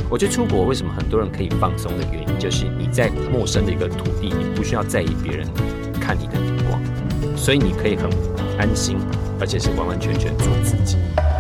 我觉得出国为什么很多人可以放松的原因，就是你在陌生的一个土地，你不需要在意别人看你的眼光，所以你可以很安心，而且是完完全全做自己。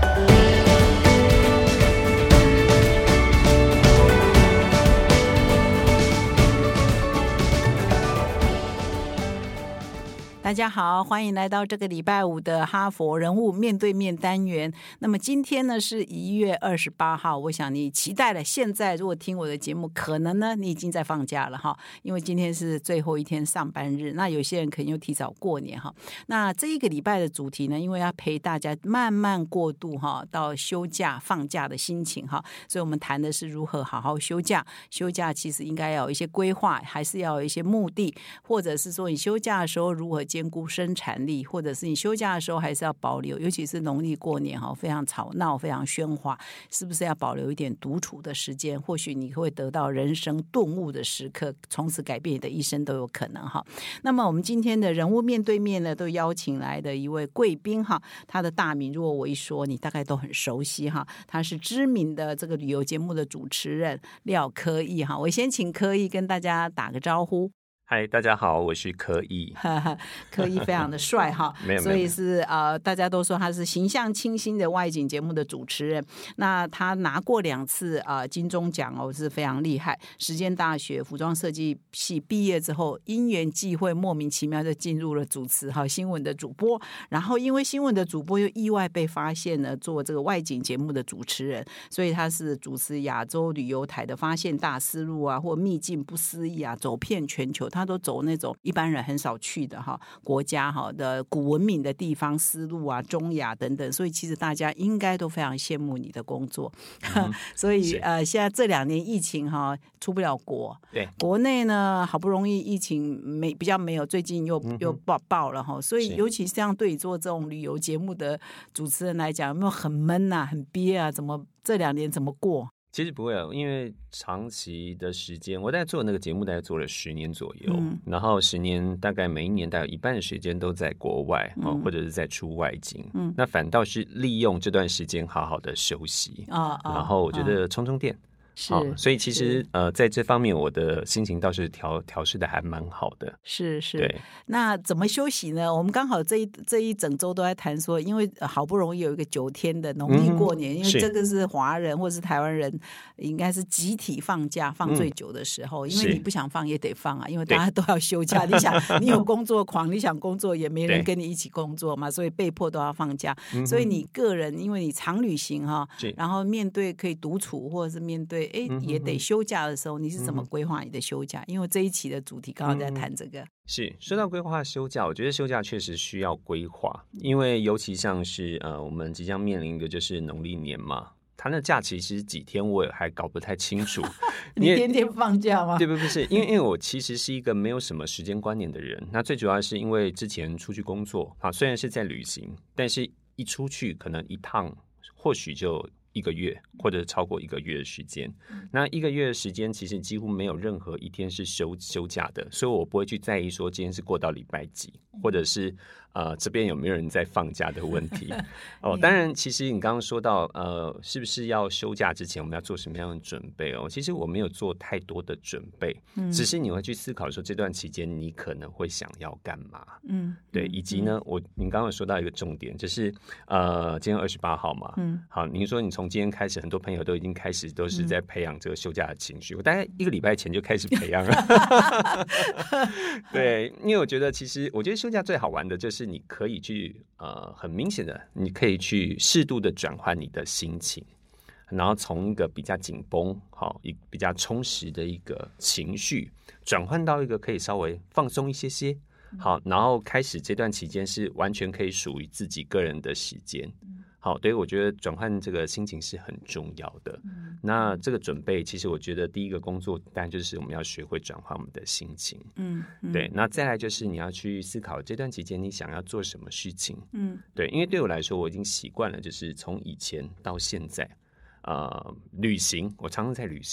大家好，欢迎来到这个礼拜五的哈佛人物面对面单元。那么今天呢是1月28号，我想你期待了。现在如果听我的节目，可能呢你已经在放假了哈，因为今天是最后一天上班日。那有些人可能又提早过年哈。那这一个礼拜的主题呢，因为要陪大家慢慢过渡哈到休假放假的心情哈，所以我们谈的是如何好好休假。休假其实应该要有一些规划，还是要有一些目的，或者是说你休假的时候如何兼顾生产力，或者是你休假的时候还是要保留，尤其是农历过年非常吵闹非常喧哗，是不是要保留一点独处的时间？或许你会得到人生顿悟的时刻，从此改变你的一生都有可能哈。那么我们今天的人物面对面呢，都邀请来的一位贵宾哈，他的大名如果我一说你大概都很熟悉哈，他是知名的这个旅游节目的主持人廖科毅哈。我先请科毅跟大家打个招呼。 嗨，大家好，我是科毅。 科毅非常的帅哈，所以是大家都说他是形象清新的外景节目的主持人。那他拿过2次金钟奖哦，是非常厉害。实践大学服装设计系毕业之后，因缘际会莫名其妙就进入了主持新闻的主播，然后因为新闻的主播又意外被发现了做这个外景节目的主持人，所以他是主持亚洲旅游台的发现大思路啊，或秘境不思议啊，走遍全球。他都走那种一般人很少去的国家的古文明的地方，丝路啊、中亚等等，所以其实大家应该都非常羡慕你的工作。所以现在这2年疫情出不了国，对，国内呢好不容易疫情比较没有，最近又爆了所以尤其这样对你做这种旅游节目的主持人来讲，有没有很闷啊、很憋啊？怎么这2年怎么过？ 其实不会，因为长期的时间，我大概做那个节目大概做了10年左右，然后10年大概每一年大概有一半的时间都在国外，或者是在出外景，那反倒是利用这段时间好好的休息，然后我觉得充电。所以其实在这方面我的心情倒是调试的还蛮好的。是，对。 那怎么休息呢？我们刚好这一整周都在谈说，因为好不容易有一个9天的农历过年，因为这个是华人或是台湾人应该是集体放假放最久的时候，因为你不想放也得放啊，因为大家都要休假。你想你有工作狂，你想工作也没人跟你一起工作嘛，所以被迫都要放假。所以你个人因为你常旅行然后面对可以独处或者是面对也得休假的时候，你是怎么规划你的休假？因为这一期的主题刚好在谈这个。 是，说到规划休假，我觉得休假确实需要规划，因为尤其像是我们即将面临的就是农历年嘛，他那假期其实几天我也还搞不太清楚。 你天天放假吗？ 对，不是，因为我其实是一个没有什么时间观念的人。那最主要是因为之前出去工作虽然是在旅行，但是一出去可能一趟或许就1个月或者超过1个月的时间，那1个月的时间其实几乎没有任何一天是休假的，所以我不会去在意说今天是过到礼拜几，或者是这边有没有人在放假的问题。当然其实你刚刚说到是不是要休假之前我们要做什么样的准备其实我没有做太多的准备，只是你会去思考说这段期间你可能会想要干嘛，对，以及呢您刚刚说到一个重点，就是今天28号嘛，好，您说你从今天开始很多朋友都已经开始都是在培养这个休假的情绪，我大概1个礼拜前就开始培养了。对，因为我觉得休假最好玩的就是你可以去很明显的你可以去适度的转换你的心情，然后从一个比较紧绷比较充实的一个情绪转换到一个可以稍微放松一些，好，然后开始这段期间是完全可以属于自己个人的时间。好，对，我觉得转换这个心情是很重要的。那这个准备，其实我觉得第一个工作当然就是我们要学会转换我们的心情。对，那再来就是你要去思考这段期间你想要做什么事情。对，因为对我来说，我已经习惯了，就是从以前到现在，旅行，我常常在旅行。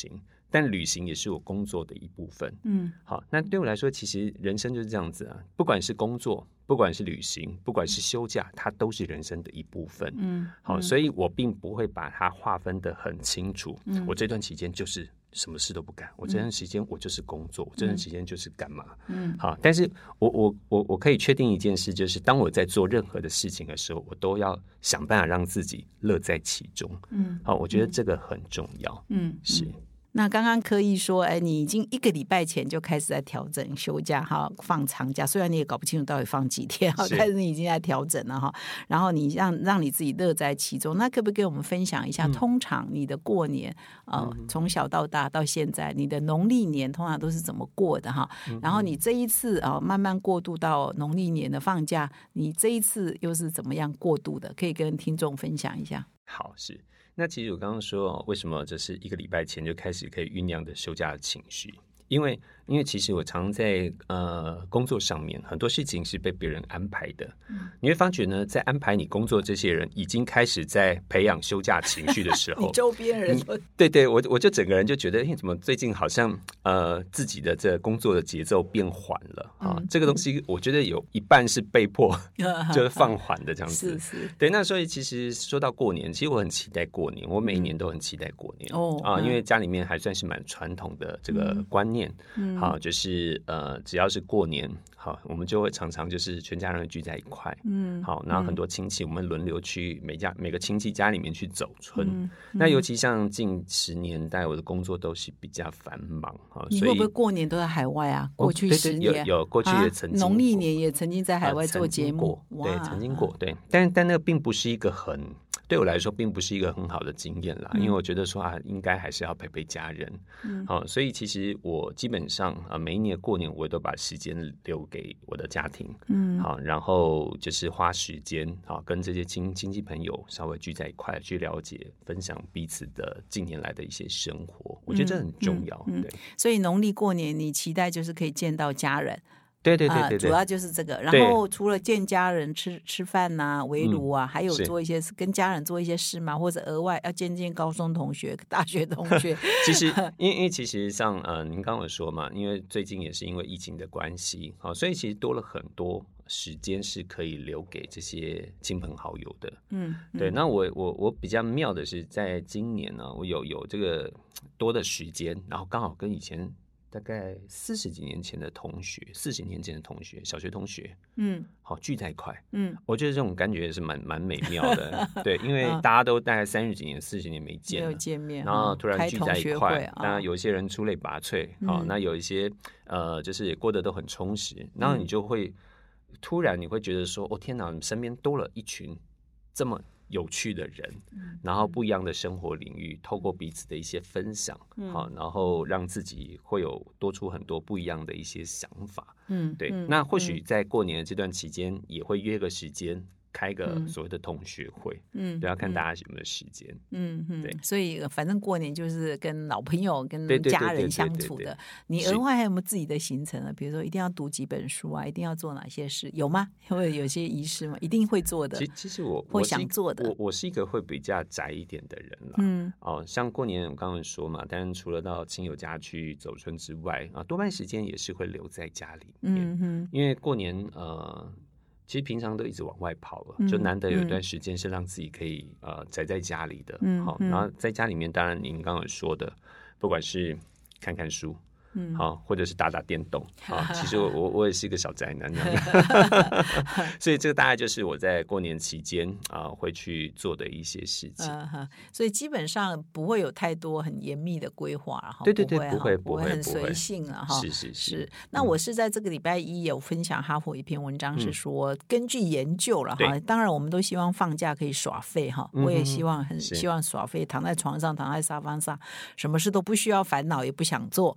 但旅行也是我工作的一部分。好，那对我来说，其实人生就是这样子啊，不管是工作，不管是旅行，不管是休假，它都是人生的一部分。好，所以我并不会把它划分得很清楚。我这段期间就是什么事都不干，我这段时间我就是工作，我这段时间就是干嘛。好，但是我可以确定一件事，就是当我在做任何的事情的时候，我都要想办法让自己乐在其中。好，我觉得这个很重要。是。 那刚刚柯毅说，你已经1个礼拜前就开始在调整休假哈，放长假，虽然你也搞不清楚到底放几天哈，但是你已经在调整了哈。然后你让你自己乐在其中，那可不可以跟我们分享一下？通常你的过年从小到大到现在，你的农历年通常都是怎么过的哈？然后你这一次慢慢过渡到农历年的放假，你这一次又是怎么样过渡的？可以跟听众分享一下。 好，是。那其实我刚刚说，为什么这是1个礼拜前就开始可以酝酿的休假的情绪？因为其实我常在工作上面很多事情是被别人安排的。你会发觉呢，在安排你工作这些人已经开始在培养休假情绪的时候， 你周边人对，我就整个人就觉得，怎么最近好像自己的这工作的节奏变缓了这个东西我觉得有一半是被迫就是放缓的这样子。 是。对， 那所以其实说到过年，其实我很期待过年，我每一年都很期待过年因为家里面还算是蛮传统的这个观念。好，就是只要是过年，好，我们就会常常就是全家人聚在一块。好，然后很多亲戚我们轮流去每个亲戚家里面去走春。那尤其像近10年代，我的工作都是比较繁忙你会不会过年都在海外啊？过去10年有过去也曾经农历年也曾经在海外做节目， 对，曾经过，对，但那个并不是一个对我来说并不是一个很好的经验啦，因为我觉得说应该还是要陪家人。好，所以其实我基本上每一年过年我都把时间留给我的家庭。好，然后就是花时间跟这些亲戚朋友稍微聚在一块去了解分享彼此的近年来的一些生活，我觉得这很重要。对， 所以农历过年你期待就是可以见到家人。 对， 主要就是这个。然后除了见家人吃饭啊、围炉啊，还有做一些跟家人做一些事吗？或者额外要见高中同学、大学同学？ 其实，因为其实像您刚刚有说嘛，因为最近也是因为疫情的关系，所以其实多了很多时间是可以留给这些亲朋好友的。对。那我比较妙的是，在今年呢，我有这个多的时间，然后刚好跟以前大概40几年前的同学，40年前的同学，小学同学，好聚在一块，我觉得这种感觉也是蛮美妙的。对，因为大家都大概30几年、40年没见了， 没有见面， 然后突然聚在一块，那有一些人出类拔萃，那有一些就是也过得都很充实，然后你就会突然你会觉得说，天哪，你身边多了一群这么有趣的人，然后不一样的生活领域，透过彼此的一些分享，好，然后让自己会有多出很多不一样的一些想法。对。那或许在过年的这段期间，也会约个时间开个所谓的同学会，都要看大家有没有时间。对。 所以反正过年就是跟老朋友、跟家人相处的。你额外还有没有自己的行程呢？比如说一定要读几本书啊，一定要做哪些事？有吗？会有些仪式吗？一定会做的。 其实我会想做的。 我是一个会比较宅一点的人啦。像过年我刚刚说嘛，当然除了到亲友家去走春之外多半时间也是会留在家里面。因为过年其实平常都一直往外跑了，就难得有一段时间是让自己可以宅在家里的。好，然后在家里面，当然您刚刚说的，不管是看看书，好，或者是打电动，其实我也是一个小宅男所以这个大概就是我在过年期间会去做的一些事情。 所以基本上不会有太多很严密的规划， 对，不会很随性是。那我是在这个礼拜一有分享哈佛一篇文章，是说根据研究了当然我们都希望放假可以耍废我也希望希望耍废，躺在床上、躺在沙发上，什么事都不需要烦恼，也不想做。但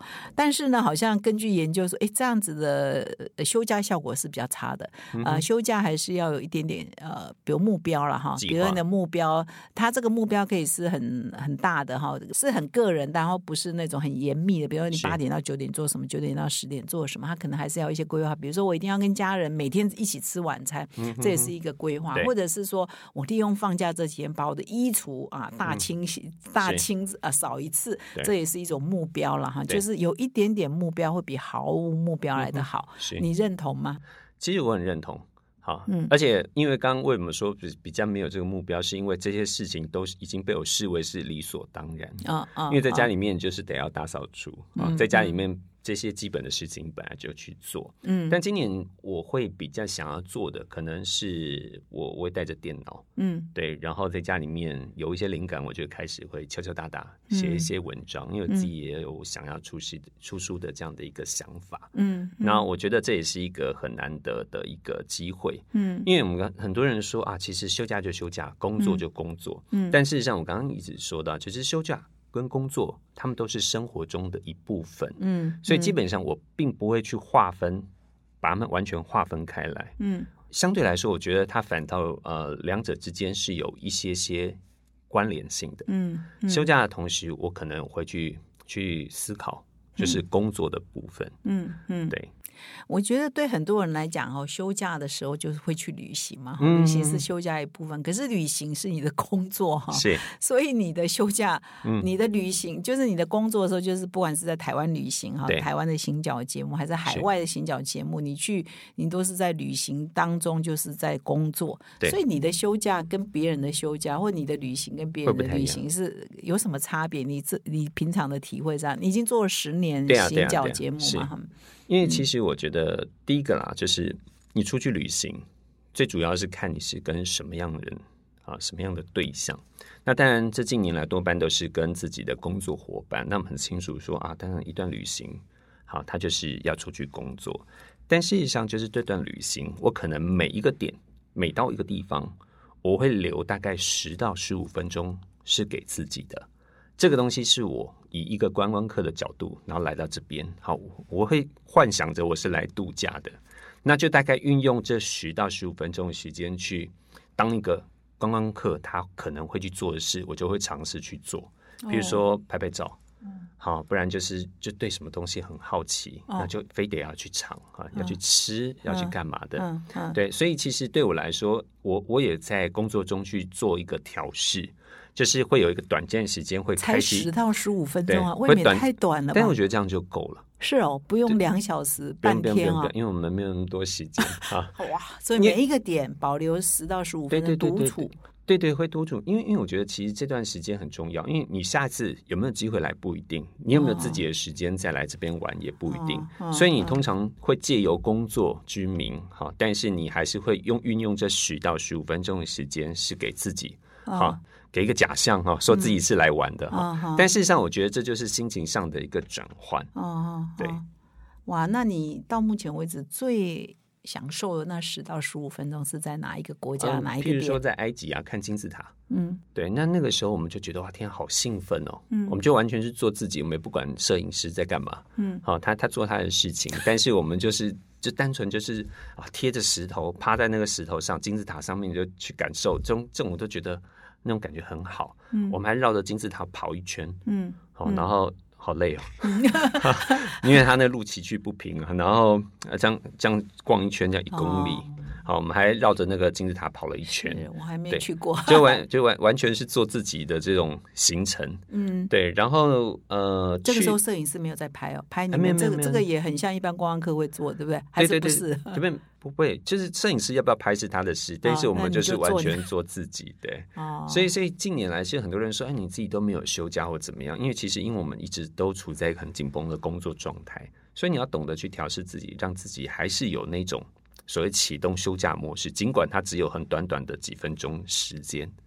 但是呢，好像根据研究说，这样子的休假效果是比较差的。休假还是要有一点点比如目标了哈，比如你的目标，它这个目标可以是很大的哈，是很个人，然后不是那种很严密的。比如说你8点到9点做什么，9点到10点做什么，它可能还是要有一些规划。比如说我一定要跟家人每天一起吃晚餐，这也是一个规划。或者是说我利用放假这几天把我的衣橱大清洗、大清扫一次，这也是一种目标了哈。就是有一点点目标会比毫无目标来得好。你认同吗？ 其实我很认同。好，而且因为刚刚为什么说比较没有这个目标，是因为这些事情都已经被我视为是理所当然。因为在家里面就是得要大扫除，在家里面这些基本的事情本来就去做。但今年我会比较想要做的，可能是我会带着电脑，对，然后在家里面有一些灵感，我就开始会敲敲打打写一些文章，因为我自己也有想要出书的这样的一个想法。那我觉得这也是一个很难得的一个机会。因为我们很多人说其实休假就休假，工作就工作。但事实上我刚刚一直说到，其实休假跟工作他们都是生活中的一部分。所以基本上我并不会去把它们完全划分开来。相对来说我觉得它反倒两者之间是有一些关联性的。休假的同时我可能会去思考就是工作的部分。对， 我觉得对很多人来讲休假的时候就是会去旅行嘛，旅行是休假一部分，可是旅行是你的工作是， 所以你的休假，你的旅行就是你的工作的时候，就是不管是在台湾旅行台湾的行脚节目，还是海外的行脚节目，你都是在旅行当中就是在工作，所以你的休假跟别人的休假，或你的旅行跟别人的旅行是有什么差别？你平常的体会上，你已经做了10年行脚节目嘛？ 因为其实我觉得第一个啦，就是你出去旅行最主要是看你是跟什么样的人什么样的对象。那当然这近年来多半都是跟自己的工作伙伴，那么很清楚说当然一段旅行他就是要出去工作，但事实上就是这段旅行我可能每一个点每到一个地方我会留大概10到15分钟是给自己的。这个东西是我以一个观光客的角度然后来到这边，我会幻想着我是来度假的，那就大概运用这10到15分钟的时间去当一个观光客他可能会去做的事，我就会尝试去做。比如说拍拍照，不然就对什么东西很好奇，那就非得要去尝要去吃，要去干嘛的。对，所以其实对我来说，我也在工作中去做一个调试，就是会有一个短暂时间会开始才10到15分钟未免太短了吧？ 但我觉得这样就够了。 是不用2小时半天因为我们没有那么多时间哇，所以每一个点保留10到15分钟独处。 对，会督促，因为我觉得其实这段时间很重要，因为你下次有没有机会来不一定，你有没有自己的时间再来这边玩也不一定，所以你通常会借由工作居民但是你还是会运用这10到15分钟的时间是给自己给一个假象说自己是来玩的但事实上我觉得这就是心情上的一个转换。对， 哇，那你到目前为止最享受的那10到15分钟是在哪一个国家哪一个点？ 譬如说在埃及看金字塔。对，那个时候我们就觉得哇天好兴奋我们就完全是做自己，我们也不管摄影师在干嘛。他做他的事情，但是我们就单纯就是贴着石头趴在那个石头上金字塔上面就去感受，这种我都觉得那种感觉很好。我们还绕着金字塔跑一圈。然后好累因为他那路崎岖不平然后这样逛一圈叫1公里。我们还绕着那个金字塔跑了一圈。 我还没去过。 就完全是做自己的这种行程。对，然后这个时候摄影师没有在拍拍你们这个也很像一般观光客会做，对不对？还是不是？ 这边不会，就是摄影师要不要拍是他的事，但是我们就是完全做自己。对，所以近年来其实很多人说你自己都没有休假或怎么样，因为我们一直都处在一个很紧绷的工作状态，所以你要懂得去调试自己，让自己还是有那种所谓启动休假模式，尽管它只有很短短的几分钟时间。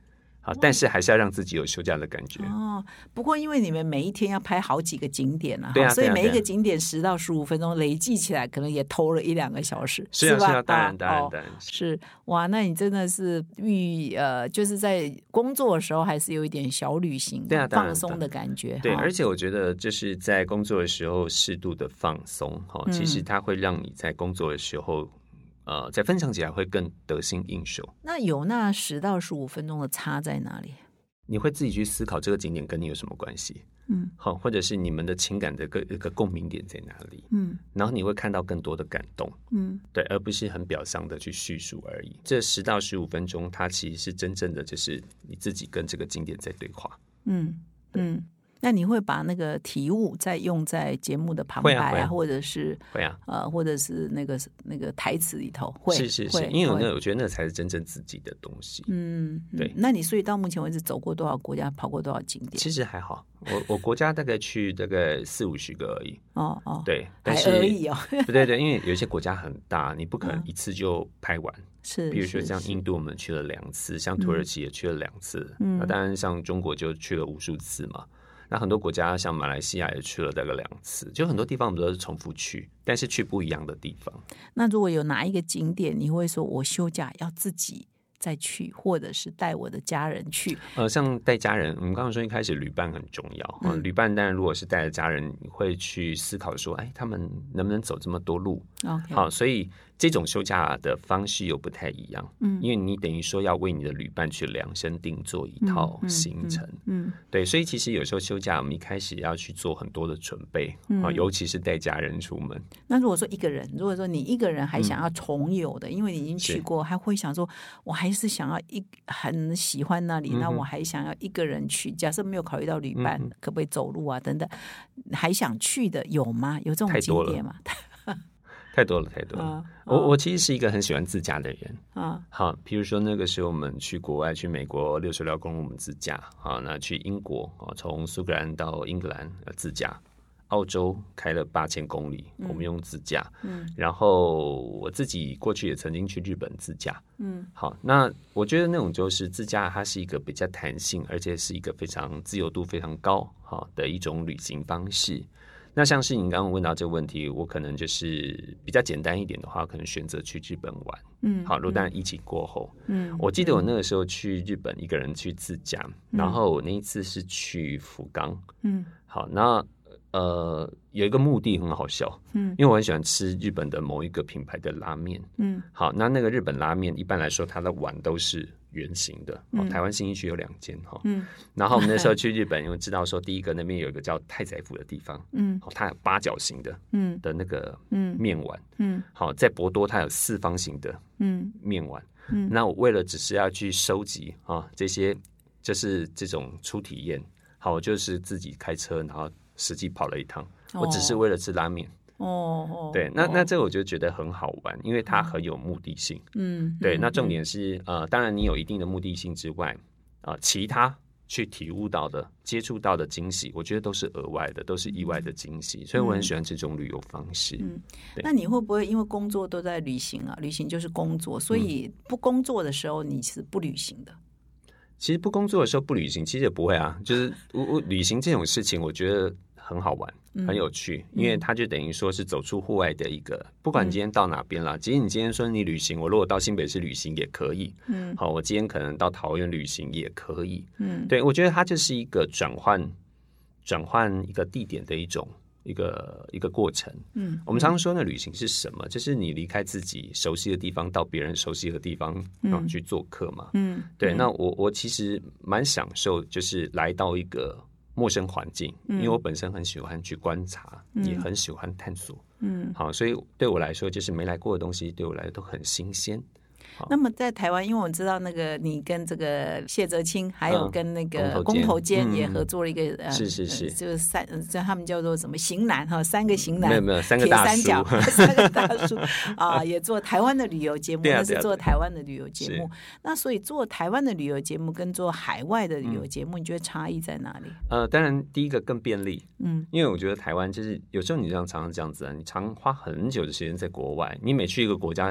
好，但是还是要让自己有休假的感觉。 哦，不过因为你们每一天要拍好几个景点啊， 对啊， 所以每一个景点10到15分钟，累计起来可能也偷了1-2个小时， 是吧？当然是哇，那你真的是就是在工作的时候还是有一点小旅行， 对啊， 放松的感觉。 对，而且我觉得就是在工作的时候适度的放松，其实它会让你在工作的时候。在分享起来会更得心应手。 那有那10到15分钟的差在哪里？ 你会自己去思考这个景点跟你有什么关系，好，或者是你们的情感的一个共鸣点在哪里，然后你会看到更多的感动，对，而不是很表象的去叙述而已。这10到15分钟，它其实是真正的就是你自己跟这个景点在对话， 那你会把那个题目再用在节目的旁白啊，或者是会啊， 或者是那个台词里头，会是，因为我觉得那才是真正自己的东西。对。 那你所以到目前为止走过多少国家，跑过多少景点？ 其实还好，我国家大概去大概40-50个而已。对，但是还而已哦。 对，因为有些国家很大，你不可能一次就拍完。 是， 比如说像印度我们去了2次，像土耳其也去了2次，那当然像中国就去了无数次嘛。那很多国家像马来西亚也去了大概2次，就很多地方我们都是重复去，但是去不一样的地方。 那如果有哪一个景点你会说我休假要自己再去，或者是带我的家人去？ 像带家人，我们刚刚说一开始旅伴很重要，旅伴当然如果是带着家人，你会去思考说，他们能不能走这么多路？好，所以这种休假的方式又不太一样，因为你等于说要为你的旅伴去量身定做一套行程，对，所以其实有时候休假我们一开始要去做很多的准备，尤其是带家人出门。 那如果说一个人，如果说你一个人还想要重游的，因为你已经去过，还会想说我还是想要很喜欢那里，那我还想要一个人去，假设没有考虑到旅伴，可不可以走路啊等等，还想去的有吗？有这种景点吗？ 太多了。我其实是一个很喜欢自驾的人好，比如说那个时候我们去国外，去美国66公里我们自驾，好，那去英国从苏格兰到英格兰自驾，澳洲开了8000公里，我们用自驾，然后我自己过去也曾经去日本自驾，好，那我觉得那种就是自驾，它是一个比较弹性，而且是一个非常自由度非常高的一种旅行方式。那像是你刚刚问到这个问题，我可能就是比较简单一点的话，可能选择去日本玩。好，如果当然疫情过后，我记得我那个时候去日本一个人去自驾，然后我那一次是去福冈。好，那有一个目的很好笑，因为我很喜欢吃日本的某一个品牌的拉面。好，那个日本拉面一般来说它的碗都是圆形的，台湾信义区有2间哈，然后我们那时候去日本，因为知道说第一个那边有一个叫太宰府的地方，它有8角形的，的那个面碗，好，在博多它有4方形的面碗，那我为了只是要去收集这些，就是这种初体验，好，我就是自己开车，然后实际跑了一趟，我只是为了吃拉面。对，那这个我就觉得很好玩，因为它很有目的性。对，那重点是当然你有一定的目的性之外，其他去体悟到的、接触到的惊喜，我觉得都是额外的，都是意外的惊喜，所以我很喜欢这种旅游方式。 那你会不会因为工作都在旅行啊？旅行就是工作，所以不工作的时候你是不旅行的？ 其实不工作的时候不旅行，其实也不会啊。就是我旅行这种事情，我觉得很好玩，很有趣，因为它就等于说是走出户外的一个，不管你今天到哪边啦，其实你今天说你旅行，我如果到新北市旅行也可以，好，我今天可能到桃园旅行也可以，对，我觉得它就是一个转换一个地点的一个过程。我们常常说的旅行是什么？就是你离开自己熟悉的地方，到别人熟悉的地方去做客嘛。对，那我其实蛮享受，就是来到一个陌生环境，因为我本身很喜欢去观察，也很喜欢探索。好，所以对我来说，就是没来过的东西，对我来说都很新鲜。 那么在台湾，因为我知道那个你跟这个谢哲青，还有跟那个工头坚也合作了一个是， 就是他们叫做什么型男哈，3个型男， 没有3个大叔 ，3个大叔也做台湾的旅游节目，那是做台湾的旅游节目。那所以做台湾的旅游节目跟做海外的旅游节目，你觉得差异在哪里？ 当然第一个更便利，因为我觉得台湾就是有时候你常常这样子啊，你常花很久的时间在国外，你每去一个国家。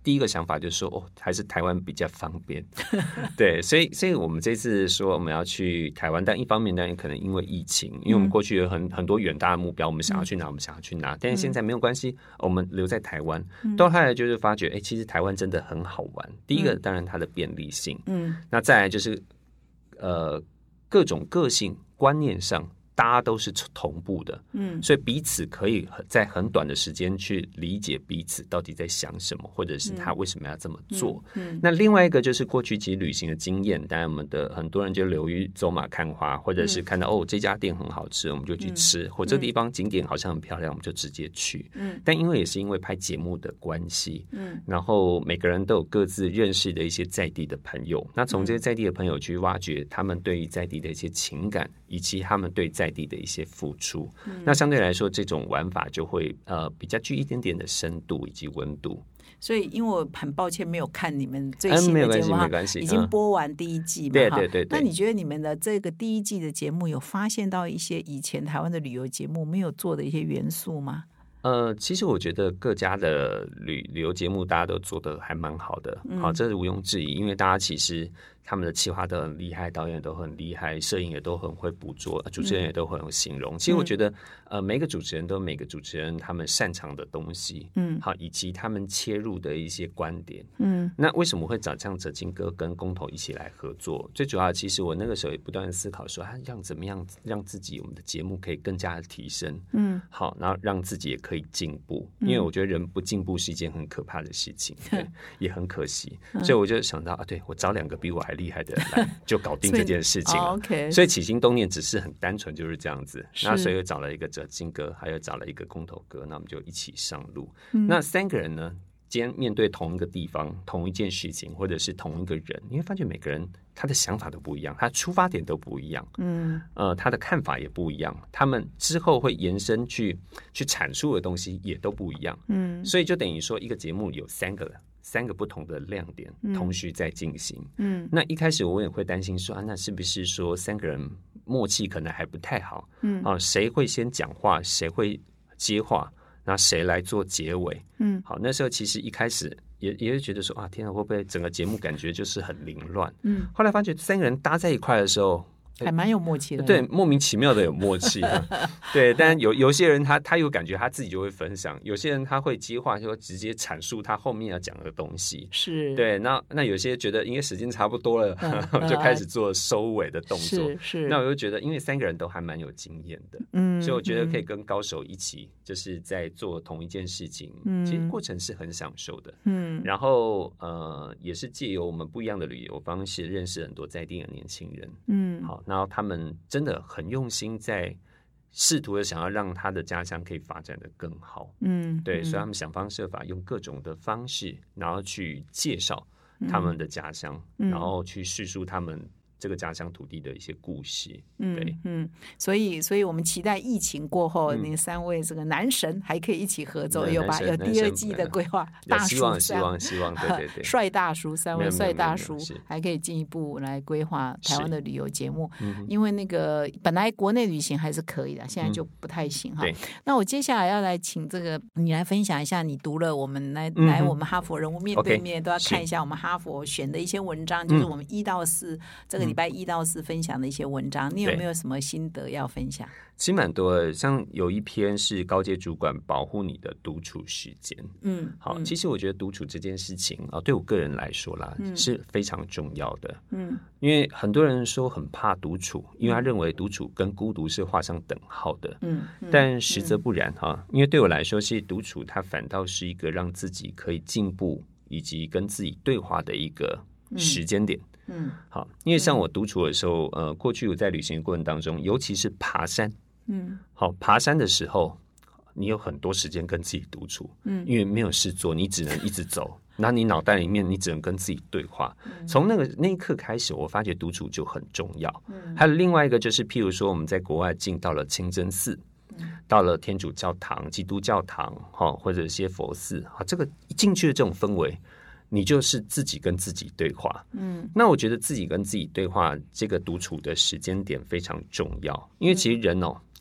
第一个想法就是说，还是台湾比较方便。对，所以我们这次说我们要去台湾，但一方面当然可能因为疫情，因为我们过去有很多远大的目标，我们想要去哪，我们想要去哪，但是现在没有关系，我们留在台湾。到后来就是发觉，其实台湾真的很好玩。第一个当然它的便利性，那再来就是各种个性观念上。大家都是同步的，所以彼此可以在很短的时间去理解彼此到底在想什么，或者是他为什么要这么做。那另外一个就是过去其实旅行的经验，当然我们的很多人就流于走马看花，或者是看到这家店很好吃，我们就去吃，或这地方景点好像很漂亮，我们就直接去。但因为也是因为拍节目的关系，然后每个人都有各自认识的一些在地的朋友，那从这些在地的朋友去挖掘他们对于在地的一些情感，以及他们对在地的一些付出，那相对来说这种玩法就会比较具一点点的深度以及温度。 所以因为我很抱歉没有看你们最新的节目， 没关系， 已经播完第一季嘛， 对。 那你觉得你们的这个第一季的节目有发现到一些以前台湾的旅游节目没有做的一些元素吗？ 其实我觉得各家的旅游节目大家都做得还蛮好的，好，这是毋庸置疑，因为大家其实他们的企划都很厉害，导演都很厉害，摄影也都很会捕捉，主持人也都很有形容。其实我觉得，每个主持人都有每个主持人他们擅长的东西，好，以及他们切入的一些观点，那为什么会找像哲金哥跟公投一起来合作？最主要，其实我那个时候也不断的思考说，让怎么样让自己我们的节目可以更加的提升，好，然后让自己也可以进步，因为我觉得人不进步是一件很可怕的事情，对，也很可惜，所以我就想到对我找2个比我还厉害的人来就搞定这件事情了。所以起心动念只是很单纯就是这样子，那所以又找了一个哲金哥，还有找了一个公投哥，那我们就一起上路。那3个人呢，今天面对同一个地方、同一件事情，或者是同一个人，你会发现每个人他的想法都不一样，他的出发点都不一样，他的看法也不一样，他们之后会延伸去阐述的东西也都不一样，所以就等于说一个节目有3个不同的亮点同时在进行。那一开始我也会担心说那是不是说3个人默契可能还不太好，谁会先讲话，谁会接话，那谁来做结尾？好，那时候其实一开始也是觉得说天啊，会不会整个节目感觉就是很凌乱？后来发觉3个人搭在一块的时候。 还蛮有默契的， 对，莫名其妙的有默契，对。但有些人他有感觉，他自己就会分享；有些人他会接话，就直接阐述他后面要讲的东西。 是，对。 那有些觉得因为时间差不多了，就开始做收尾的动作。是。那我就觉得，因为3个人都还蛮有经验的，所以我觉得可以跟高手一起，就是在做同一件事情，其实过程是很享受的。然后也是借由我们不一样的旅游方式，认识很多在地的年轻人。好。然后他们真的很用心，在试图的想要让他的家乡可以发展的更好。对，所以他们想方设法用各种的方式，然后去介绍他们的家乡，然后去叙述他们这个家乡土地的一些故事。对， 所以我们期待疫情过后，那3位这个男神还可以一起合作，有第2季的规划。大叔， 希望，对， 帅大叔3位帅大叔还可以进一步来规划台湾的旅游节目。因为那个本来国内旅行还是可以的，现在就不太行哈。那我接下来要来请这个你来分享一下，你读了我们来我们哈佛人物面对面都要看一下我们哈佛选的一些文章，就是我们1到4这个礼拜1到4分享的一些文章，你有没有什么心得要分享？ 其实蛮多的，像有一篇是高阶主管保护你的独处时间。好，其实我觉得独处这件事情对我个人来说啦，是非常重要的。因为很多人说很怕独处，因为他认为独处跟孤独是画上等号的。但实则不然哈，因为对我来说，其实独处它反倒是一个让自己可以进步以及跟自己对话的一个时间点。好，因为像我独处的时候，过去我在旅行的过程当中，尤其是爬山，好，爬山的时候，你有很多时间跟自己独处，因为没有事做，你只能一直走，那你脑袋里面你只能跟自己对话。从那一刻开始，我发觉独处就很重要。还有另外一个就是，譬如说我们在国外进到了清真寺，到了天主教堂、基督教堂，或者一些佛寺，这个一进去的这种氛围。你就是自己跟自己对话。那我觉得自己跟自己对话这个独处的时间点非常重要，因为其实人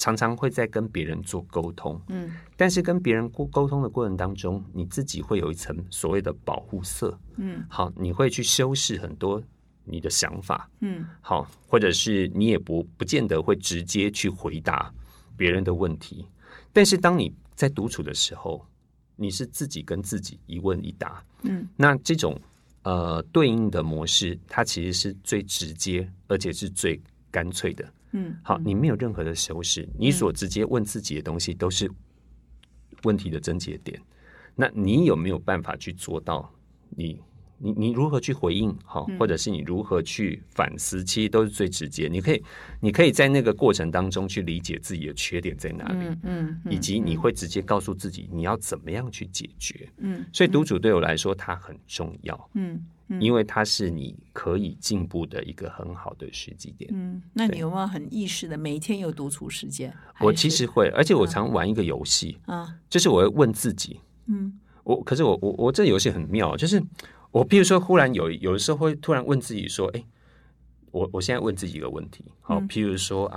常常会在跟别人做沟通，但是跟别人沟通的过程当中，你自己会有一层所谓的保护色，好，你会去修饰很多你的想法，好，或者是你也不见得会直接去回答别人的问题，但是当你在独处的时候，你是自己跟自己一问一答，那这种对应的模式，它其实是最直接，而且是最干脆的。好，你没有任何的修饰，你所直接问自己的东西都是问题的症结点。那你有没有办法去做到？你如何去回应？好，或者是你如何去反思？其实都是最直接。你可以在那个过程当中去理解自己的缺点在哪里，以及你会直接告诉自己你要怎么样去解决。所以独处对我来说它很重要。因为它是你可以进步的一个很好的时机点。 那你有没有很意识的每一天有独处时间？ 我其实会，而且我常玩一个游戏，就是我会问自己，可是我这游戏很妙，就是我譬如说忽然有的时候会突然问自己说，我现在问自己一个问题，好，譬如说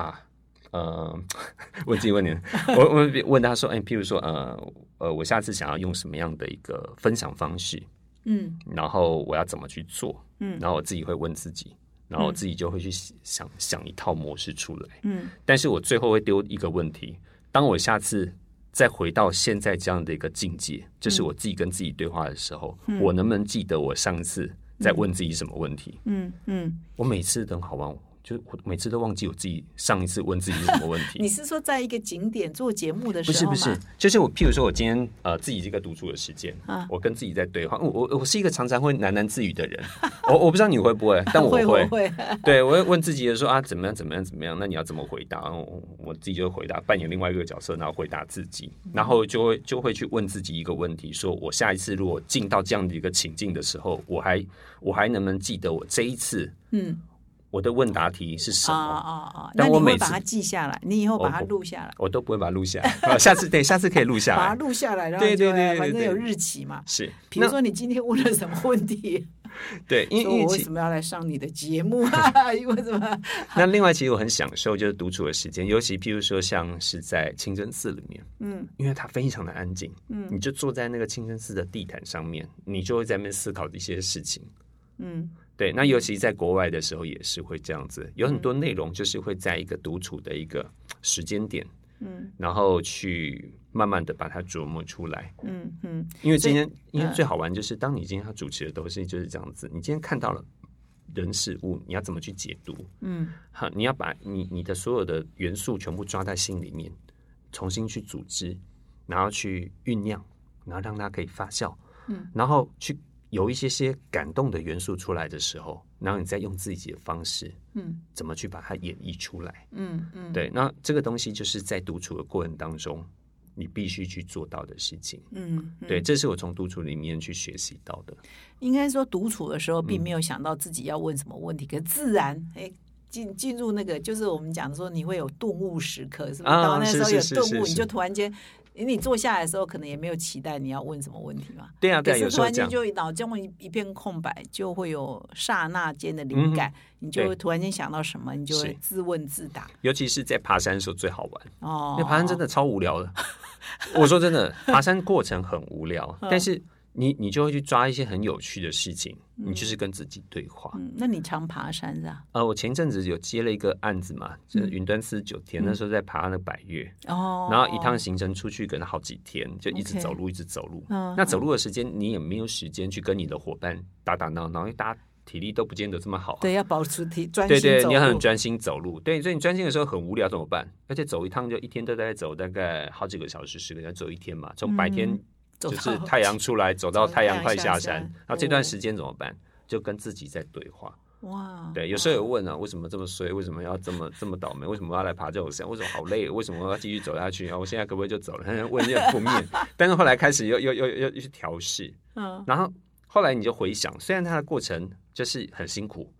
问自己问题，我问他说，譬如说我下次想要用什么样的一个分享方式？然后我要怎么去做？然后我自己会问自己，然后我自己就会去想一套模式出来。但是我最后会丢一个问题：当我下次再回到现在这样的一个境界，就是我自己跟自己对话的时候，我能不能记得我上次在问自己什么问题？我每次都很好玩。就我每次都忘记我自己上一次问自己什么问题。 你是说在一个景点做节目的时候吗？ 不是，就是我譬如说我今天自己这个独处的时间，我跟自己在对话。我是一个常常会喃喃自语的人，我不知道你会不会，但我会。对，我会问自己的说怎么样，那你要怎么回答？我自己就回答，扮演另外一个角色，然后回答自己，然后就会去问自己一个问题：说我下一次如果进到这样的一个情境的时候，我还能不能记得我这一次？我的问答题是什么？ 那你会把它记下来？你以后把它录下来？ 我都不会把它录下来。下次可以录下来， 把它录下来，然后对，反正有日期嘛。 是， 比如说你今天问了什么问题？ 对，因为我为什么要来上你的节目？为什么？ 那另外，其实我很享受就是独处的时间，尤其譬如说像是在清真寺里面，因为它非常的安静，你就坐在那个清真寺的地毯上面，你就会在那边思考一些事情，对，那尤其在国外的时候也是会这样子，有很多内容就是会在一个独处的一个时间点，然后去慢慢的把它琢磨出来，因为最好玩就是当你今天要主持的东西就是这样子，你今天看到了人事物，你要怎么去解读？好，你要把你的所有的元素全部抓在心里面，重新去组织，然后去酝酿，然后让它可以发酵，然后去。有一些感动的元素出来的时候，然后你再用自己的方式，怎么去把它演绎出来？对，那这个东西就是在独处的过程当中，你必须去做到的事情。对，这是我从独处里面去学习到的。 应该说，独处的时候并没有想到自己要问什么问题，可是自然进入那个，就是我们讲说你会有顿悟时刻，是不是？到那时候有顿悟，你就突然间。你坐下来的时候，可能也没有期待你要问什么问题嘛？ 对啊， 可是突然间就脑中一片空白，就会有刹那间的灵感，你就会突然间想到什么，你就会自问自答。 尤其是在爬山的时候最好玩因为爬山真的超无聊的。我说真的，爬山过程很无聊，但是你就会去抓一些很有趣的事情，你就是跟自己对话。 那你常爬山是吧？ 我前一阵子有接了一个案子嘛，就是云端49天，那时候在爬那个百岳，然后一趟行程出去可能好几天，就一直走路，一直走路。那走路的时间，你也没有时间去跟你的伙伴打闹闹，因为大家体力都不见得这么好。 对，要保持专心走路。 对，你要很专心走路。对，所以你专心的时候很无聊怎么办？而且走一趟就一天都在走，大概好几个小时，10个小时走一天嘛，从白天。就是太阳出来走到太阳快下山，然后这段时间怎么办？就跟自己在对话。 哇， 对，有时候有问为什么这么衰？为什么要这么倒霉？为什么要来爬这种山？为什么好累？为什么我要继续走下去？我现在可不可以就走了？问一些负面，但是后来开始又去调试，然后后来你就回想，虽然它的过程就是很辛苦，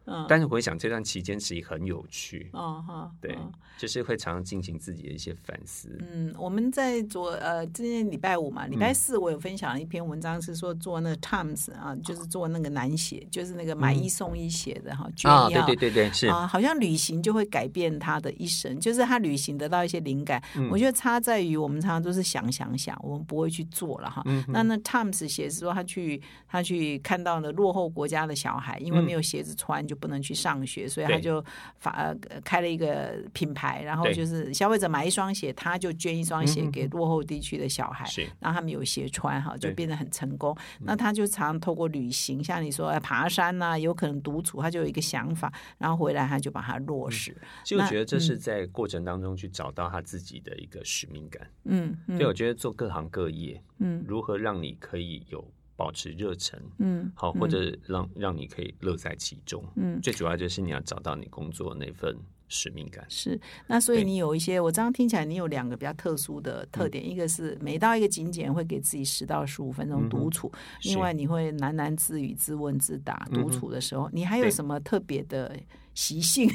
但是回想这段期间其实很有趣，对，就是会常常进行自己的一些反思。 我们在今天礼拜五嘛，礼拜四我有分享了一篇文章，是说做那个 Times 啊，就是做那个男鞋，就是那个买一送一写的哈， 对，是好像旅行就会改变他的一生，就是他旅行得到一些灵感。我觉得差在于我们常常都是想，我们不会去做了哈。那 Times 写是说他去看到了落后国家的小孩，因为没有鞋子穿就不能去上学，所以他就开了一个品牌，然后就是消费者买一双鞋，他就捐一双鞋给落后地区的小孩，让他们有鞋穿哈，就变得很成功。那他就常透过旅行，像你说爬山啊，有可能独处，他就有一个想法，然后回来他就把它落实。 其实我觉得这是在过程当中去找到他自己的一个使命感。对，我觉得做各行各业，如何让你可以有保持热忱，好，或者让你可以乐在其中，最主要就是你要找到你工作的那份使命感。 是，那所以你有一些，我这样听起来你有2个比较特殊的特点，一个是每到一个景点会给自己10到15分钟独处，另外你会喃喃自语、自问自答。独处的时候，你还有什么特别的习性？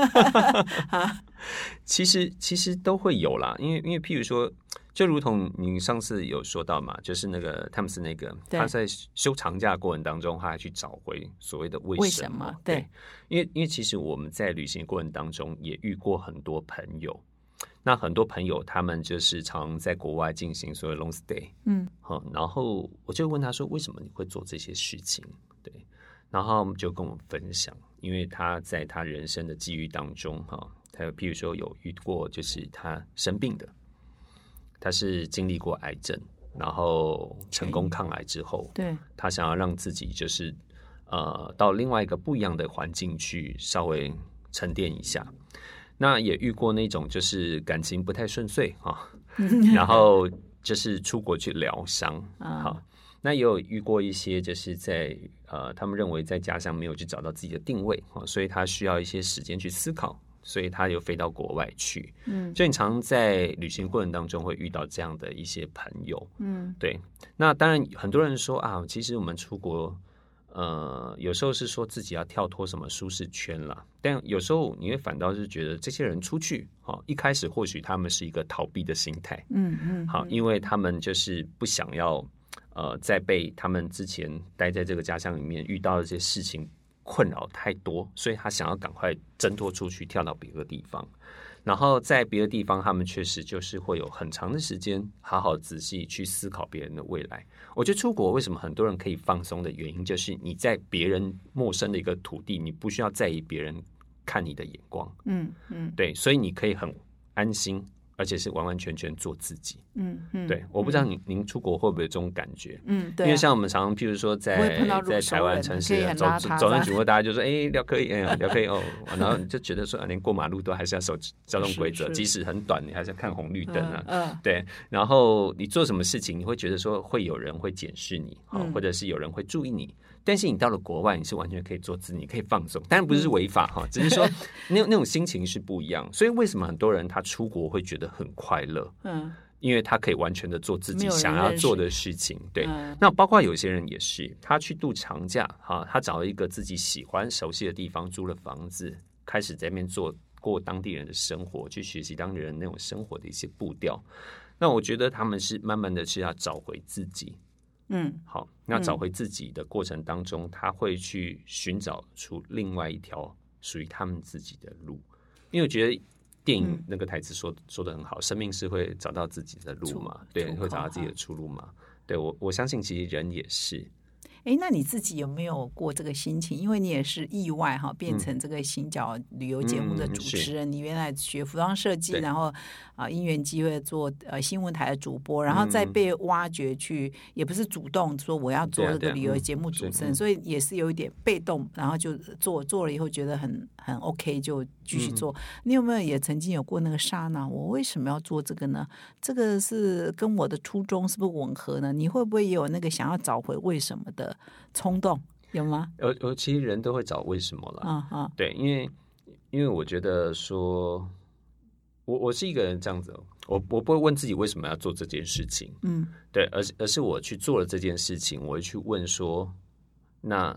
其实都会有啦，因为譬如说，就如同你上次有说到嘛，就是那个汤姆斯那个，他在休长假过程当中，他还去找回所谓的为什么。对，因为其实我们在旅行过程当中也遇过很多朋友，那很多朋友他们就是常在国外进行所谓 long stay，然后我就问他说，为什么你会做这些事情？对，然后他们就跟我分享，因为他在他人生的际遇当中，他譬如说有遇过就是他生病的，他是经历过癌症，然后成功抗癌之后，对，他想要让自己就是到另外一个不一样的环境去稍微沉淀一下。那也遇过那种就是感情不太顺遂然后就是出国去疗伤好。那也有遇过一些就是在他们认为在家乡没有去找到自己的定位，所以他需要一些时间去思考，所以他又飞到国外去。所以你常在旅行过程当中会遇到这样的一些朋友。对。那当然很多人说啊，其实我们出国有时候是说自己要跳脱什么舒适圈啦，但有时候你会反倒是觉得这些人出去一开始或许他们是一个逃避的心态。好，因为他们就是不想要在被他们之前待在这个家乡里面遇到的这些事情困扰太多，所以他想要赶快挣脱出去，跳到别的地方。然后在别的地方，他们确实就是会有很长的时间好好仔细去思考别人的未来。我觉得出国为什么很多人可以放松的原因，就是你在别人陌生的一个土地，你不需要在意别人看你的眼光。对，所以你可以很安心，而且是完完全全做自己。对，我不知道您出国会不会有这种感觉？对，因为像我们常常，譬如说在台湾城市走人经过，大家就说聊可以，聊可以哦，然后就觉得说连过马路都还是要守交通规则，即使很短，你还是要看红绿灯啊。对，然后你做什么事情，你会觉得说会有人会检视你，或者是有人会注意你。但是你到了国外，你是完全可以做自己，你可以放松，当然不是违法只是说那种心情是不一样。所以为什么很多人他出国会觉得很快乐？因为他可以完全的做自己想要做的事情。对，那包括有些人也是，他去度长假他找了一个自己喜欢熟悉的地方，租了房子，开始在那边过当地人的生活，去学习当地人那种生活的一些步调。那我觉得他们是慢慢的是要找回自己。好，那找回自己的过程当中，他会去寻找出另外一条属于他们自己的路。因为我觉得电影那个台词说得很好，生命是会找到自己的路嘛，对，会找到自己的出路嘛。对，我相信其实人也是。 那你自己有没有过这个心情？因为你也是意外变成这个行脚旅游节目的主持人。你原来学服装设计，然后因缘机会做新闻台的主播，然后再被挖掘去，也不是主动说我要做这个旅游节目主持人，所以也是有一点被动，然后就做了以后觉得很 OK 就继续做。你有没有也曾经有过那个刹那，我为什么要做这个呢？这个是跟我的初衷是不是吻合呢？你会不会也有那个想要找回为什么的冲动，有吗？ 其实人都会找为什么了。对，因为我觉得说我是一个人这样子，我不会问自己为什么要做这件事情。对，而是我去做了这件事情，我会去问说，那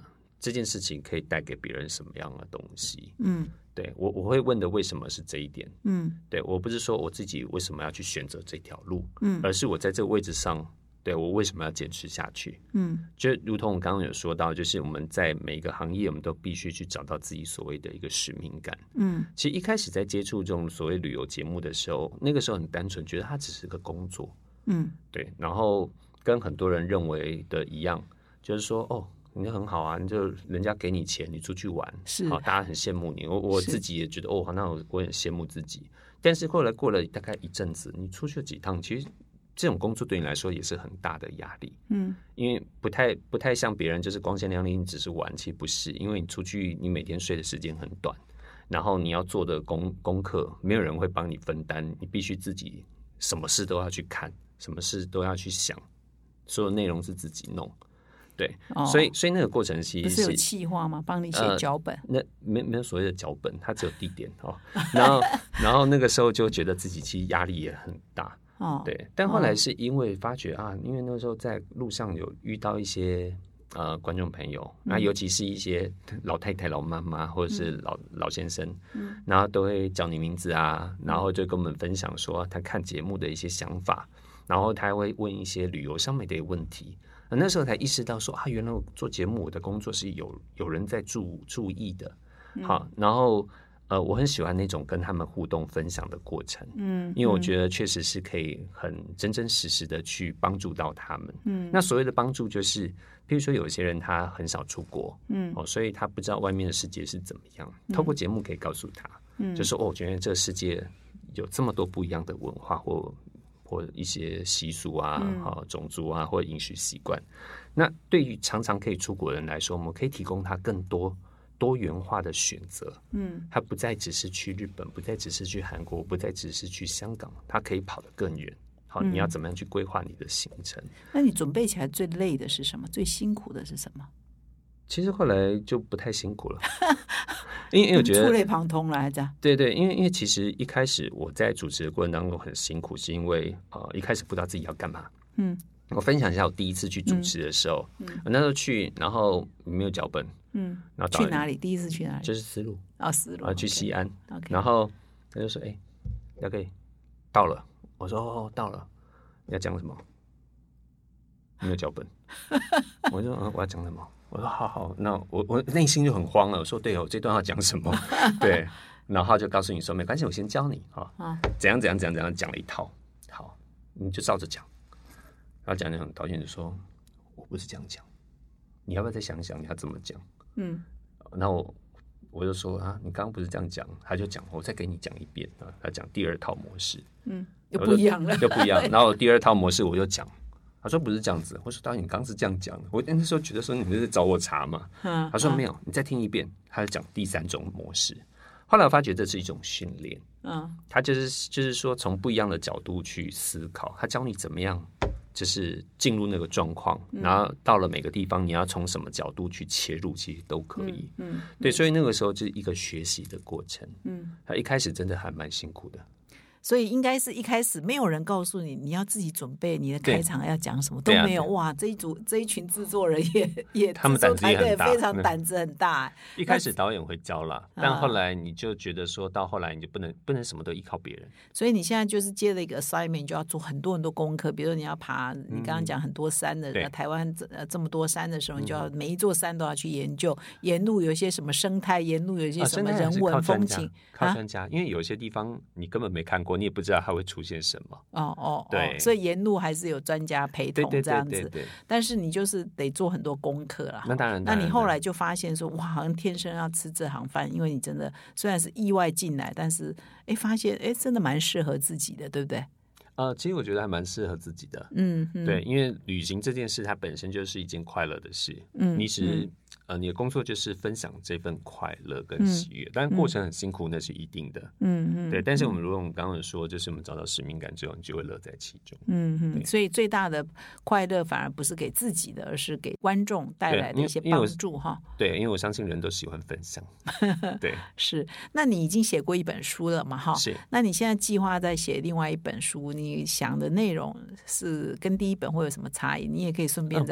这件事情可以带给别人什么样的东西。 嗯， 对，我会问的为什么是这一点。 嗯， 对，我不是说我自己为什么要去选择这条路， 嗯， 而是我在这个位置上，对，我为什么要坚持下去。 嗯， 就如同我刚刚有说到，就是我们在每一个行业，我们都必须去找到自己所谓的一个使命感。 嗯， 其实一开始在接触这种所谓旅游节目的时候，那个时候很单纯，觉得它只是个工作。 嗯， 对，然后跟很多人认为的一样，就是说哦，你很好啊，你就人家给你钱，你出去玩， 是好，大家很羡慕你。我自己也觉得哦，好，那我很羡慕自己。但是后来过了大概一阵子，你出去了几趟，其实这种工作对你来说也是很大的压力。 嗯， 因为不太像别人，就是光鲜亮丽，你只是玩，其实不是，因为你出去，你每天睡的时间很短，然后你要做的功课，没有人会帮你分担，你必须自己什么事都要去看，什么事都要去想，所有内容是自己弄。对，所以那个过程其实不是有企划吗？帮你写脚本？ 那没有所谓的脚本，它只有地点哦。然后那个时候就觉得自己其实压力也很大。哦，对，但后来是因为发觉啊，因为那时候在路上有遇到一些观众朋友，那尤其是一些老太太、老妈妈或者是老先生，然后都会叫你名字啊，然后就跟我们分享说他看节目的一些想法，然后他还会问一些旅游上面的问题。那时候才意识到说啊，原来我做节目，我的工作是有人在注意的。好，然后我很喜欢那种跟他们互动分享的过程，因为我觉得确实是可以很真真实实的去帮助到他们。那所谓的帮助就是，譬如说有些人他很少出国，所以他不知道外面的世界是怎么样，透过节目可以告诉他，就说哦，觉得这个世界有这么多不一样的文化或一些习俗啊、种族啊，或饮食习惯。那对于常常可以出国的人来说，我们可以提供他更多元化的选择。他不再只是去日本，不再只是去韩国，不再只是去香港，他可以跑得更远。好，你要怎么样去规划你的行程？ 那你准备起来最累的是什么？最辛苦的是什么？ 其实后来就不太辛苦了。因为我觉得触类旁通了，这样。 对，因为其实一开始我在主持的过程当中很辛苦，是因为一开始不知道自己要干嘛。我分享一下我第一次去主持的时候，我那时候去，然后没有脚本，然后去哪里？第一次去哪里？ 就是丝路丝路， 去西安， okay. 然后他就说：“要可以到了。”我说：“哦，到了。”要讲什么？没有脚本。我说：“我要讲什么？”我说好，那我内心就很慌了。我说对，我这段要讲什么？对，然后他就告诉你说没关系，我先教你怎样讲了一套，好，你就照着讲。然后讲，导演就说我不是这样讲，你要不要再想想你要怎么讲？然后我就说你刚刚不是这样讲，他就讲我再给你讲一遍啊，他讲第二套模式， 又不一样了， 又不一样。然后第二套模式我就讲。他说不是这样子，我说导演你刚是这样讲的，我那时候觉得说你们是找我茬嘛，他说没有，你再听一遍，他就讲第三种模式。后来我发觉这是一种训练，他就是说从不一样的角度去思考，他教你怎么样就是进入那个状况，然后到了每个地方你要从什么角度去切入，其实都可以。对，所以那个时候就是一个学习的过程。他一开始真的还蛮辛苦的。 所以应该是一开始没有人告诉你，你要自己准备你的开场要讲什么都没有。哇，这一群制作人也他们胆子也很大， 非常胆子很大。 一开始导演会教啦，但后来你就觉得说到后来你就不能什么都依靠别人。 所以你现在就是接了一个 assignment， 你就要做很多功课。比如说你要爬，你刚刚讲很多山的，台湾这么多山的时候，你就要每一座山都要去研究，沿路有一些什么生态，沿路有一些什么人文风情。 靠专家，因为有些地方你根本没看过，你也不知道它会出现什么。对， 所以沿路还是有专家陪同这样子。 对， 但是你就是得做很多功课啦。 那当然。 那你后来就发现说，哇，好像天生要吃这行饭，因为你真的虽然是意外进来，但是发现真的蛮适合自己的，对不对？ 其实我觉得还蛮适合自己的。对，因为旅行这件事它本身就是一件快乐的事。你的工作就是分享这份快乐跟喜悦，但过程很辛苦，那是一定的。对。但是我们如果我们刚刚说，就是我们找到使命感之后，你就会乐在其中。 所以最大的快乐反而不是给自己的，而是给观众带来的一些帮助哈。 对，因为我相信人都喜欢分享。对， 是。那你已经写过一本书了嘛？哈， 是。 那你现在计划再写另外一本书，你想的内容是跟第一本会有什么差异？你也可以顺便再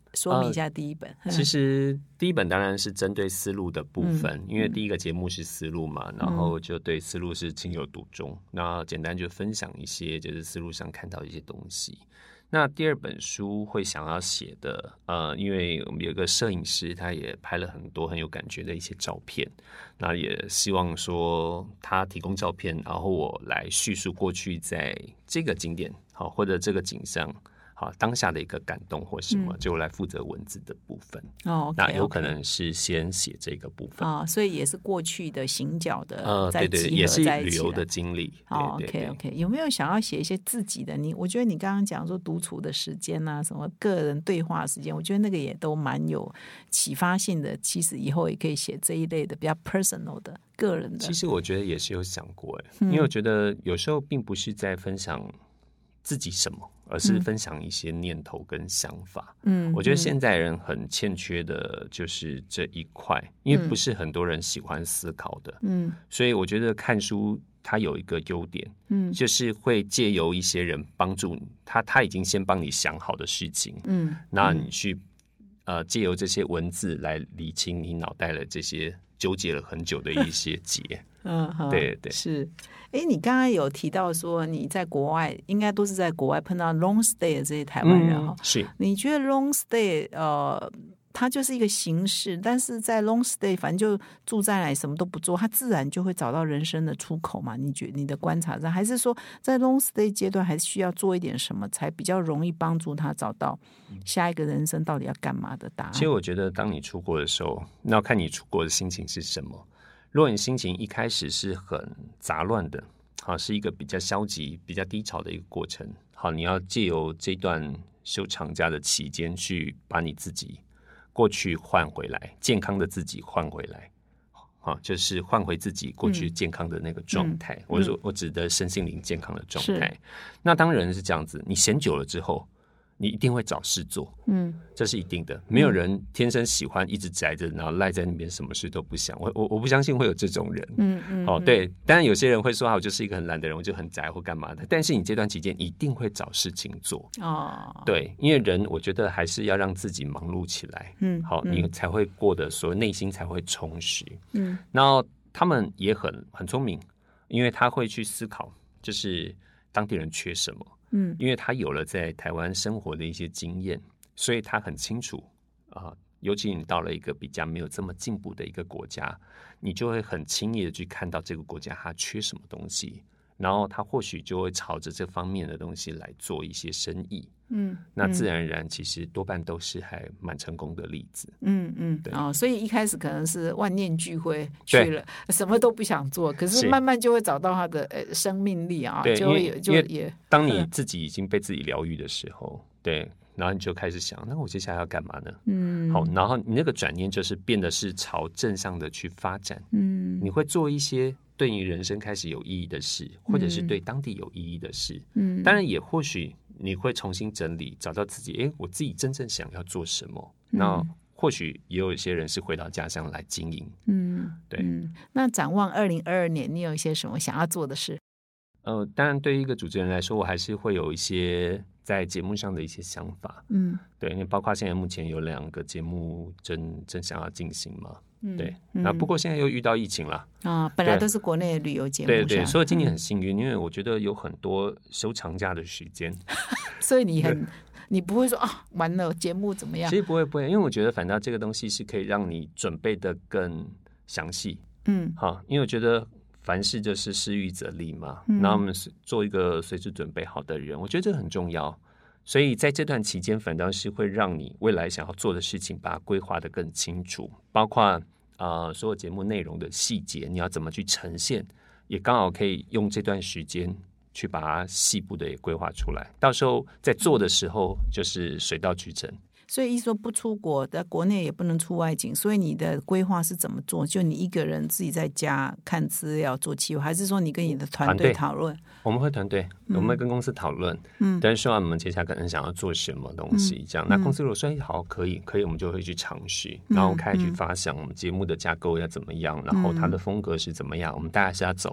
说明一下第一本。 其实第一本当然是针对思路的部分，因为第一个节目是思路嘛，然后就对思路是情有独钟，那简单就分享一些就是思路上看到的一些东西。那第二本书会想要写的，因为我们有一个摄影师，他也拍了很多很有感觉的一些照片，那也希望说他提供照片，然后我来叙述过去在这个景点好或者这个景象好当下的一个感动或什么，就来负责文字的部分。 哦， 那有可能是先写这个部分所以也是过去的行脚的， 对对，也是旅游的经历。 OK， 有没有想要写一些自己的？我觉得你刚刚讲说独处的时间啊，什么个人对话时间，我觉得那个也都蛮有启发性的。其实以后也可以写这一类的比较 personal 的个人的。 其实我觉得也是有想过，因为我觉得有时候并不是在分享自己什么，而是分享一些念头跟想法。我觉得现在人很欠缺的就是这一块，因为不是很多人喜欢思考的。所以我觉得看书它有一个优点，就是会借由一些人帮助你，他已经先帮你想好的事情，那你去借由这些文字来理清你脑袋的这些纠结了很久的一些结。对对是。你刚刚有提到说你在国外，应该都是在国外碰到 long stay 的这些台湾人是。 你觉得 long stay 它就是一个形式，但是在 long stay 反正就住在那里什么都不做，他自然就会找到人生的出口嘛？你觉得你的观察上，还是说在 long stay 阶段还是需要做一点什么才比较容易帮助他找到下一个人生到底要干嘛的答案？ 其实我觉得当你出国的时候，那要看你出国的心情是什么。如果你心情一开始是很杂乱的，好，是一个比较消极比较低潮的一个过程，好，你要借由这段休长假的期间去把你自己过去换回来，健康的自己换回来，好，就是换回自己过去健康的那个状态。我指的身心灵健康的状态。那当然是这样子，你闲久了之后你一定会找事做，这是一定的。没有人天生喜欢一直宅着，然后赖在那边什么事都不想。我不相信会有这种人。对，当然有些人会说我就是一个很懒的人，我就很宅或干嘛的。但是你这段期间一定会找事情做。对，因为人我觉得还是要让自己忙碌起来。好，你才会过得所谓内心才会充实。然后他们也很聪明，因为他会去思考，就是当地人缺什么。因为他有了在台湾生活的一些经验，所以他很清楚尤其你到了一个比较没有这么进步的一个国家，你就会很轻易的去看到这个国家它缺什么东西，然后他或许就会朝着这方面的东西来做一些生意。那自然而然其实多半都是还蛮成功的例子。 所以一开始可能是万念俱灰去了，什么都不想做，可是慢慢就会找到他的生命力啊。 对， 就也当你自己已经被自己疗愈的时候，对，然后你就开始想，那我接下来要干嘛呢？好，然后你那个转念就是变得是朝正向的去发展。你会做一些对你人生开始有意义的事，或者是对当地有意义的事。当然也或许你会重新整理，找到自己，我自己真正想要做什么。那或许也有一些人是回到家乡来经营。对。 那展望2022年，你有一些什么想要做的事？ 当然对于一个主持人来说，我还是会有一些在节目上的一些想法。对，因为包括现在目前有2个节目正想要进行嘛。对，那不过现在又遇到疫情了本来都是国内的旅游节目。 对对，所以今年很幸运，因为我觉得有很多休长假的时间。 所以你不会说完了节目怎么样？ 其实不会，因为我觉得反倒这个东西是可以让你准备的更详细。因为我觉得凡事就是施予者利嘛，那我们做一个随时准备好的人，我觉得这很重要。所以在这段期间反倒是会让你未来想要做的事情把它规划得更清楚，包括所有节目内容的细节你要怎么去呈现，也刚好可以用这段时间去把它细部的也规划出来，到时候在做的时候就是水到渠成。 所以一说不出国，在国内也不能出外景，所以你的规划是怎么做？就你一个人自己在家看资料做企划，还是说你跟你的团队讨论？ 我们会团队，我们会跟公司讨论，但是说我们接下来可能想要做什么东西，这样。那公司如果说好可以，我们就会去尝试，然后开始去发想我们节目的架构要怎么样，然后它的风格是怎么样，我们大概是要走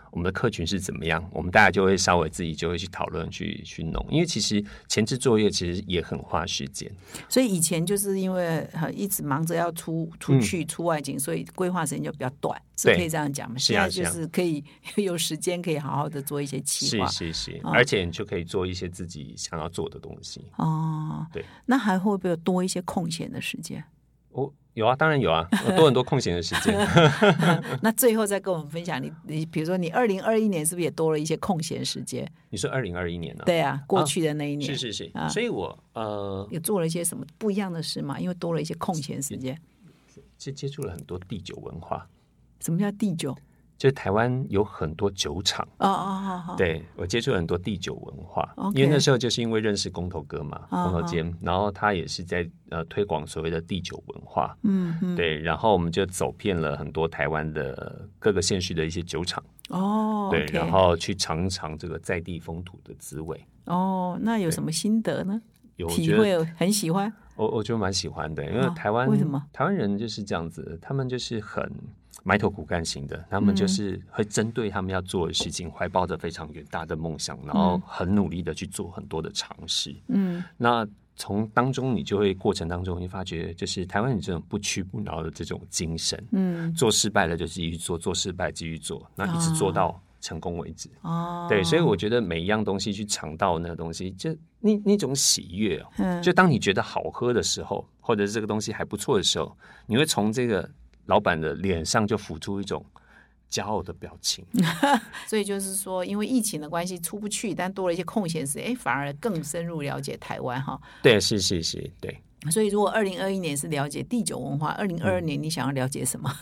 我们的客群是怎么样，我们大家就会稍微自己就会去讨论去弄，因为其实前置作业其实也很花时间。 所以以前就是因为一直忙着要出去出外景，所以规划时间就比较短，是可以这样讲吗？现在就是可以有时间可以好好的做一些企划， 是，而且你就可以做一些自己想要做的东西。 对，那还会不会有多一些空闲的时间？ 有啊，当然有啊，多很多空闲的时间。 那最后再跟我们分享，你比如说你2021年是不是也多了一些空闲时间？ 你说2021年呢？ 对啊，过去的那一年。 是，所以我有做了一些什么不一样的事吗？因为多了一些空闲时间， 接触了很多地酒文化。 什么叫地酒？ 就是台湾有很多酒厂对，我接触了很多地酒文化，因为那时候就是因为认识公投哥嘛，公投监，然后他也是在推广所谓的地酒文化，对，然后我们就走遍了很多台湾的各个县市的一些酒厂，对，然后去尝一尝这个在地风土的滋味。 那有什么心得呢？ 有体会很喜欢， 我觉得蛮喜欢的，因为台湾为什么台湾人就是这样子，他们就是很埋头苦干型的，他们就是会针对他们要做的事情，怀抱着非常远大的梦想，然后很努力的去做很多的尝试。那从当中你就会过程当中，你发觉就是台湾人这种不屈不挠的这种精神，做失败了就继续做，做失败继续做，那一直做到成功为止。对，所以我觉得每一样东西去尝到那个东西，就那种喜悦就当你觉得好喝的时候，或者是这个东西还不错的时候，你会从这个老板的脸上就浮出一种骄傲的表情。 所以就是说因为疫情的关系出不去，但多了一些空闲时间，反而更深入了解台湾哈。 对，是，对。 所以如果2021年是了解地酒文化，2022年你想要了解什么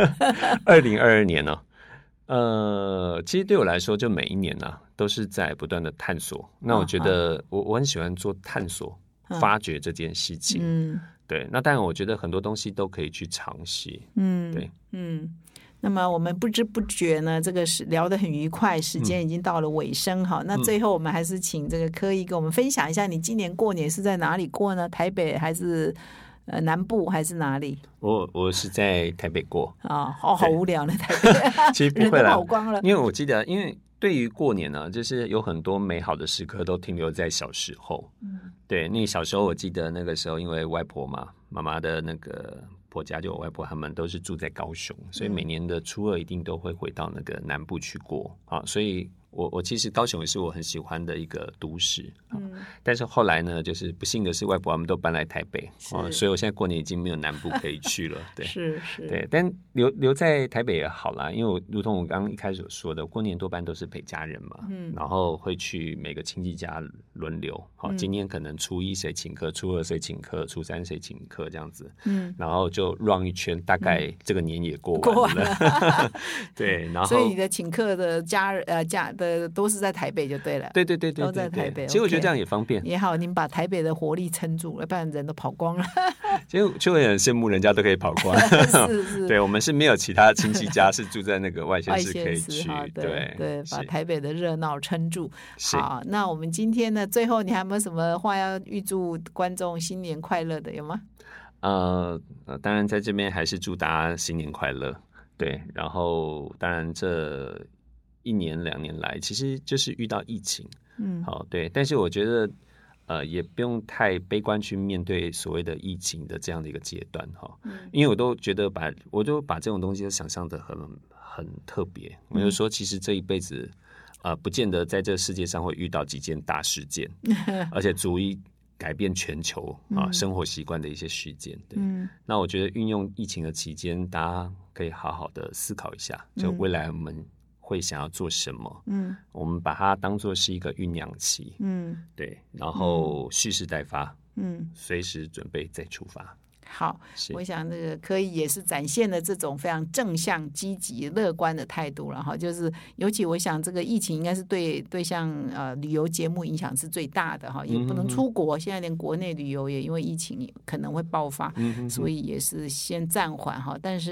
？2022年呢？其实对我来说，就每一年都是在不断的探索。那我觉得我很喜欢做探索、发掘这件事情。对，那当然我觉得很多东西都可以去尝试。对， 那么我们不知不觉呢，这个是聊得很愉快，时间已经到了尾声哈。那最后我们还是请这个柯毅跟我们分享一下，你今年过年是在哪里过呢？台北还是南部还是哪里？ 我是在台北过好无聊呢，台北其实不会啦， 人都跑光了。 因为我记得，因为对于过年呢，就是有很多美好的时刻都停留在小时候。对，那小时候我记得那个时候，因为外婆嘛，妈妈的那个婆家就我外婆他们都是住在高雄，所以每年的初二一定都会回到那个南部去过所以我其实高雄也是我很喜欢的一个都市但是后来呢，就是不幸的是外婆他们都搬来台北所以我现在过年已经没有南部可以去了。对， 是， 对，但留在台北也好啦，因为我如同我刚刚一开始所说的，过年多半都是陪家人嘛，然后会去每个亲戚家轮流。今年可能初一谁请客，初二谁请客，初三谁请客这样子，然后就 run 一圈，大概这个年也过完了。对，然后所以你的请客的家的都是在台北就对了。 对， 都在台北。 其实我觉得这样也方便， 也好，你们把台北的活力撑住了，不然人都跑光了。 其实就会很羡慕人家都可以跑光。 是， 对，我们是没有其他亲戚家是住在那个外县市可以去。 对，把台北的热闹撑住。好，那我们今天呢，最后你还有没有什么话要预祝观众新年快乐的，有吗？ 当然在这边还是祝大家新年快乐。对，然后当然这1年2年来其实就是遇到疫情，对，但是我觉得也不用太悲观去面对所谓的疫情的这样的一个阶段因为我都觉得我都把这种东西都想象的很特别。我就说其实这一辈子不见得在这个世界上会遇到几件大事件而且足以改变全球生活习惯的一些事件。对，那我觉得运用疫情的期间，大家可以好好的思考一下，就未来我们会想要做什么。我们把它当作是一个酝酿期。对，然后蓄势待发。随时准备再出发。 好，我想这个可以也是展现了这种非常正向、积极、乐观的态度了哈。就是尤其我想这个疫情应该是对像旅游节目影响是最大的哈，也不能出国，现在连国内旅游也因为疫情可能会爆发，所以也是先暂缓哈。但是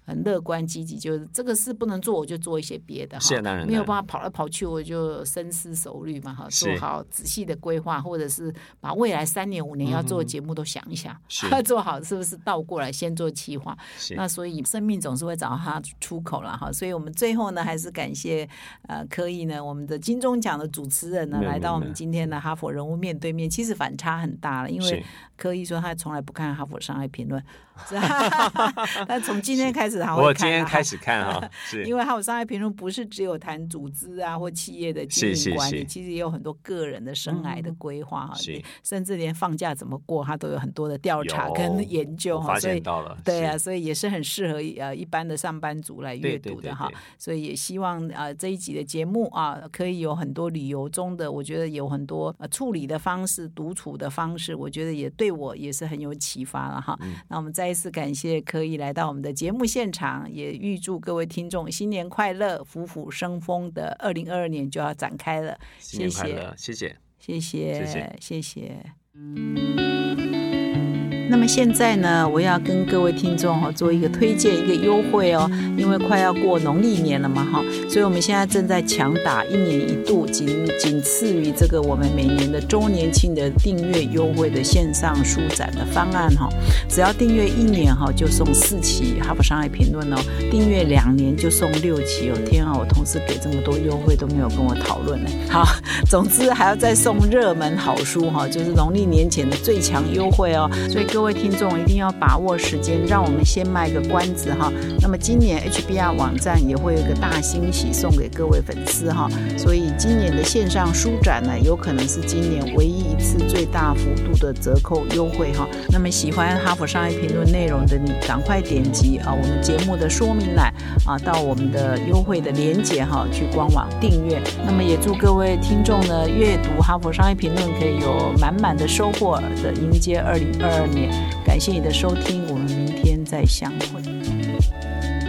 很乐观积极，就是这个事不能做我就做一些别的， 是当然没有办法跑来跑去我就深思熟虑嘛，做好仔细的规划，或者是把未来3年5年要做的节目都想一想，做好是不是倒过来先做企划。那所以生命总是会找到它出口了哈。所以我们最后呢还是感谢柯毅呢，我们的金钟奖的主持人呢，来到我们今天的哈佛人物面对面。其实反差很大了，因为柯毅说他从来不看哈佛商业评论，但从今天开始他会看， 我今天开始看哈， 因为哈佛商业评论不是只有谈组织啊或企业的经营管理，其实也有很多个人的生涯的规划哈，甚至连放假怎么过他都有很多的调查跟研究哈， 发现到了， 对啊，所以也是很适合一般的上班族来阅读的哈。所以也希望这一集的节目可以有很多旅游中的，我觉得有很多处理的方式、独处的方式，我觉得也对我也是很有启发了哈。那我们再一次感谢柯毅来到我们的节目现场，也预祝各位听众新年快乐，虎虎生风的2022年就要展开了。 新年快乐，谢谢， 谢谢，谢谢。那么现在呢，我要跟各位听众做一个推荐，一个优惠哦，因为快要过农历年了嘛哈，所以我们现在正在强打1年1度，仅次于这个我们每年的周年庆的订阅优惠的线上书展的方案哈。只要订阅1年哈，就送4期哈佛商业评论哦；订阅2年就送6期哦。天啊，我同事给这么多优惠都没有跟我讨论呢。好，总之还要再送热门好书哈，就是农历年前的最强优惠哦。所以各位听众一定要把握时间，让我们先卖个关子哈。那么今年 HBR 网站也会有一个大惊喜送给各位粉丝哈，所以今年的线上书展呢，有可能是今年唯一一次最大幅度的折扣优惠哈。那么喜欢哈佛商业评论内容的你，赶快点击我们节目的说明栏到我们的优惠的连结哈，去官网订阅。那么也祝各位听众呢，阅读哈佛商业评论可以有满满的收获的迎接2022年。感谢你的收听，我们明天再相会。